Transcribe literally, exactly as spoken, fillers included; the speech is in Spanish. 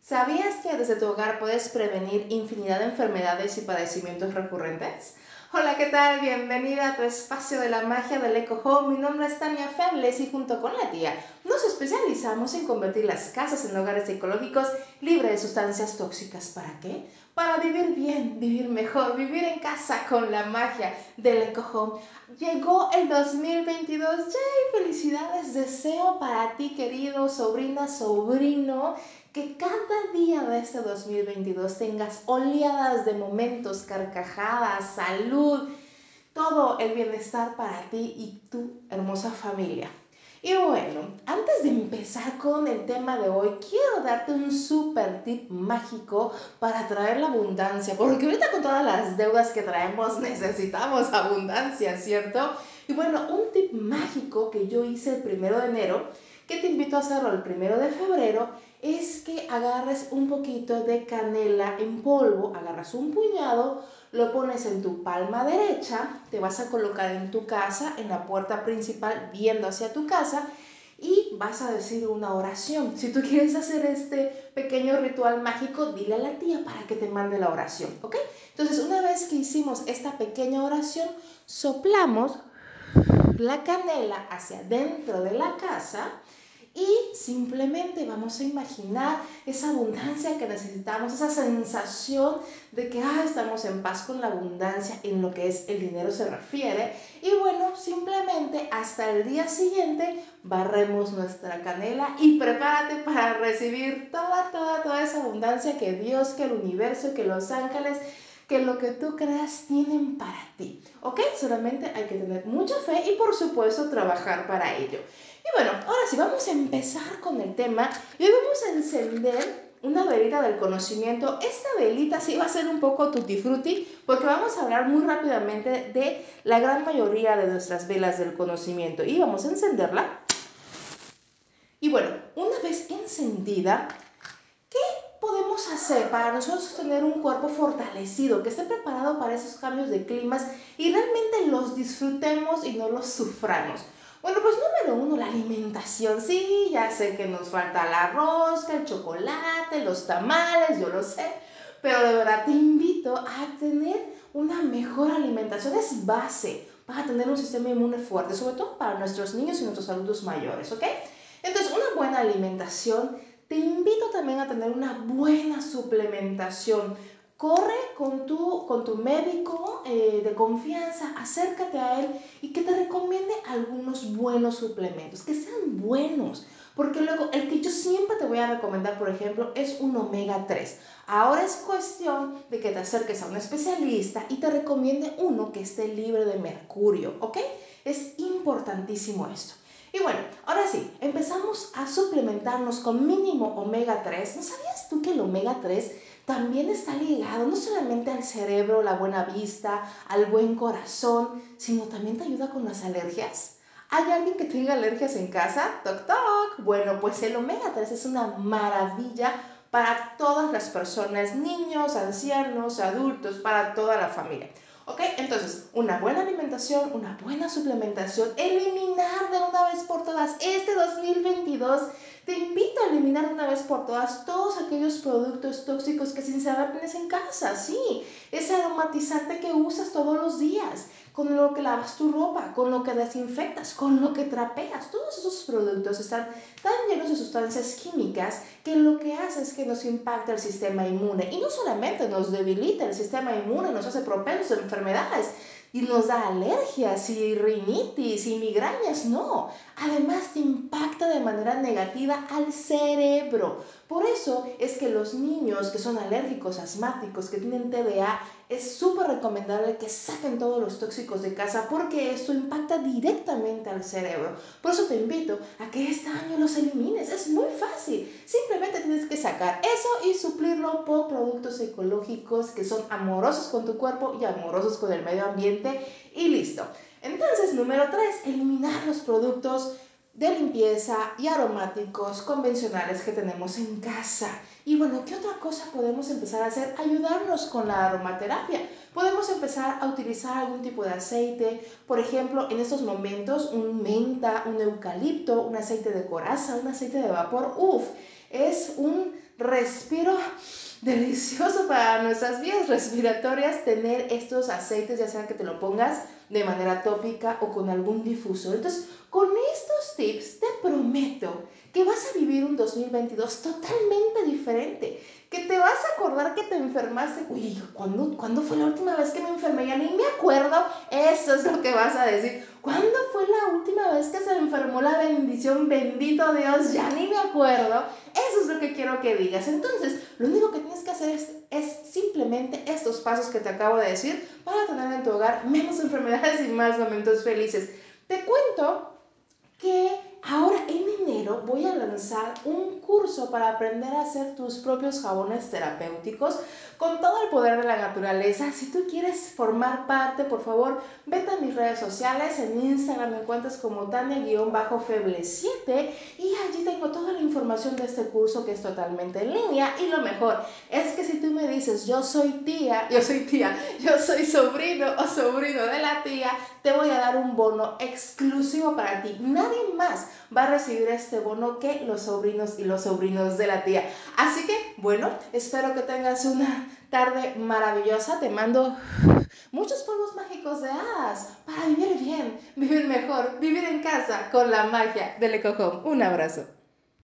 ¿Sabías que desde tu hogar puedes prevenir infinidad de enfermedades y padecimientos recurrentes? Hola, ¿qué tal? Bienvenida a tu espacio de la magia del Eco Home. Mi nombre es Tania Febles y junto con la tía nos especializamos en convertir las casas en hogares ecológicos libres de sustancias tóxicas. ¿Para qué? Para vivir bien, vivir mejor, vivir en casa con la magia del Eco Home. Llegó el dos mil veintidós, ¡yay! Felicidades, deseo para ti, querido sobrina, sobrino, que cada día de este dos mil veintidós tengas oleadas de momentos, carcajadas, salud, todo el bienestar para ti y tu hermosa familia. Y bueno, antes de empezar con el tema de hoy, quiero darte un super tip mágico para atraer la abundancia, porque ahorita con todas las deudas que traemos necesitamos abundancia, ¿cierto? Y bueno, un tip mágico que yo hice el primero de enero, que te invito a hacerlo el primero de febrero, es que agarres un poquito de canela en polvo, agarras un puñado, lo pones en tu palma derecha, te vas a colocar en tu casa, en la puerta principal, viendo hacia tu casa, y vas a decir una oración. Si tú quieres hacer este pequeño ritual mágico, dile a la tía para que te mande la oración, ¿ok? Entonces, una vez que hicimos esta pequeña oración, soplamos la canela hacia dentro de la casa y simplemente vamos a imaginar esa abundancia que necesitamos, esa sensación de que ah, estamos en paz con la abundancia en lo que es el dinero se refiere. Y bueno, simplemente hasta el día siguiente barremos nuestra canela y prepárate para recibir toda, toda, toda esa abundancia que Dios, que el universo, que los ángeles, que lo que tú creas tienen para ti, ¿ok? Solamente hay que tener mucha fe y por supuesto trabajar para ello. Y bueno, ahora sí, vamos a empezar con el tema y hoy vamos a encender una velita del conocimiento. Esta velita sí va a ser un poco tutti frutti porque vamos a hablar muy rápidamente de la gran mayoría de nuestras velas del conocimiento y vamos a encenderla. Y bueno, una vez encendida, ¿qué podemos hacer para nosotros tener un cuerpo fortalecido, que esté preparado para esos cambios de climas y realmente los disfrutemos y no los suframos? Bueno, pues número uno, la alimentación. Sí, ya sé que nos falta la rosca, el chocolate, los tamales, yo lo sé, pero de verdad te invito a tener una mejor alimentación. Es base para tener un sistema inmune fuerte, sobre todo para nuestros niños y nuestros adultos mayores, ¿ok? Entonces, una buena alimentación. Te invito también a tener una buena suplementación. Corre con tu, con tu médico eh, de confianza, acércate a él y que te recomiende algunos buenos suplementos, que sean buenos. Porque luego el que yo siempre te voy a recomendar, por ejemplo, es un omega tres. Ahora es cuestión de que te acerques a un especialista y te recomiende uno que esté libre de mercurio, ¿ok? Es importantísimo esto. Y bueno, ahora sí, empezamos a suplementarnos con mínimo omega tres. ¿No sabías tú que el omega tres también está ligado no solamente al cerebro, la buena vista, al buen corazón, sino también te ayuda con las alergias? ¿Hay alguien que tenga alergias en casa? Toc, toc. Bueno, pues el omega tres es una maravilla para todas las personas, niños, ancianos, adultos, para toda la familia. ¿Ok? Entonces, una buena alimentación, una buena suplementación, eliminar de una vez por todas este dos mil veintidós. Te invito a eliminar de una vez por todas todos aquellos productos tóxicos que sin saber tienes en casa. Sí, ese aromatizante que usas todos los días, con lo que lavas tu ropa, con lo que desinfectas, con lo que trapeas. Todos esos productos están tan llenos de sustancias químicas que lo que hace es que nos impacta el sistema inmune. Y no solamente nos debilita el sistema inmune, nos hace propensos a enfermedades y nos da alergias y rinitis y migrañas, no. Además te impacta de manera negativa al cerebro. Por eso es que los niños que son alérgicos, asmáticos, que tienen T D A, es súper recomendable que saquen todos los tóxicos de casa porque esto impacta directamente al cerebro. Por eso te invito a que este año los elimines. Es muy fácil. Simplemente tienes que sacar eso y suplirlo por productos ecológicos que son amorosos con tu cuerpo y amorosos con el medio ambiente y listo. Entonces, número tres, eliminar los productos de limpieza y aromáticos convencionales que tenemos en casa. Y bueno, ¿qué otra cosa podemos empezar a hacer? Ayudarnos con la aromaterapia. Podemos empezar a utilizar algún tipo de aceite, por ejemplo, en estos momentos un menta, un eucalipto, un aceite de coraza, un aceite de vapor. Uf, es un respiro delicioso para nuestras vías respiratorias tener estos aceites, ya sea que te lo pongas de manera tópica o con algún difusor. Entonces, con estos tips te prometo que vas a vivir un dos mil veintidós totalmente diferente, que te vas a acordar que te enfermaste. Uy, ¿cuándo, ¿cuándo fue la última vez que me enfermé? Ya ni me acuerdo. Eso es lo que vas a decir. ¿Cuándo fue la última vez que se enfermó la bendición? Bendito Dios, ya ni me acuerdo. Eso es lo que quiero que digas. Entonces, lo único que tienes que hacer es, es simplemente estos pasos que te acabo de decir para tener en tu hogar menos enfermedades y más momentos felices. Te cuento que ahora en enero voy a lanzar un curso para aprender a hacer tus propios jabones terapéuticos con todo el poder de la naturaleza. Si tú quieres formar parte, por favor, vete a mis redes sociales. En Instagram me encuentras como Tania-Feble siete y allí tengo toda la información de este curso que es totalmente en línea. Y lo mejor es que si tú me dices, yo soy tía, yo soy tía, yo soy sobrino o sobrino de la tía, te voy a dar un bono exclusivo para ti. Nadie más va a recibir este bono que los sobrinos y los sobrinos de la tía. Así que, bueno, espero que tengas una tarde maravillosa. Te mando muchos polvos mágicos de hadas para vivir bien, vivir mejor, vivir en casa con la magia del EcoHome. Un abrazo.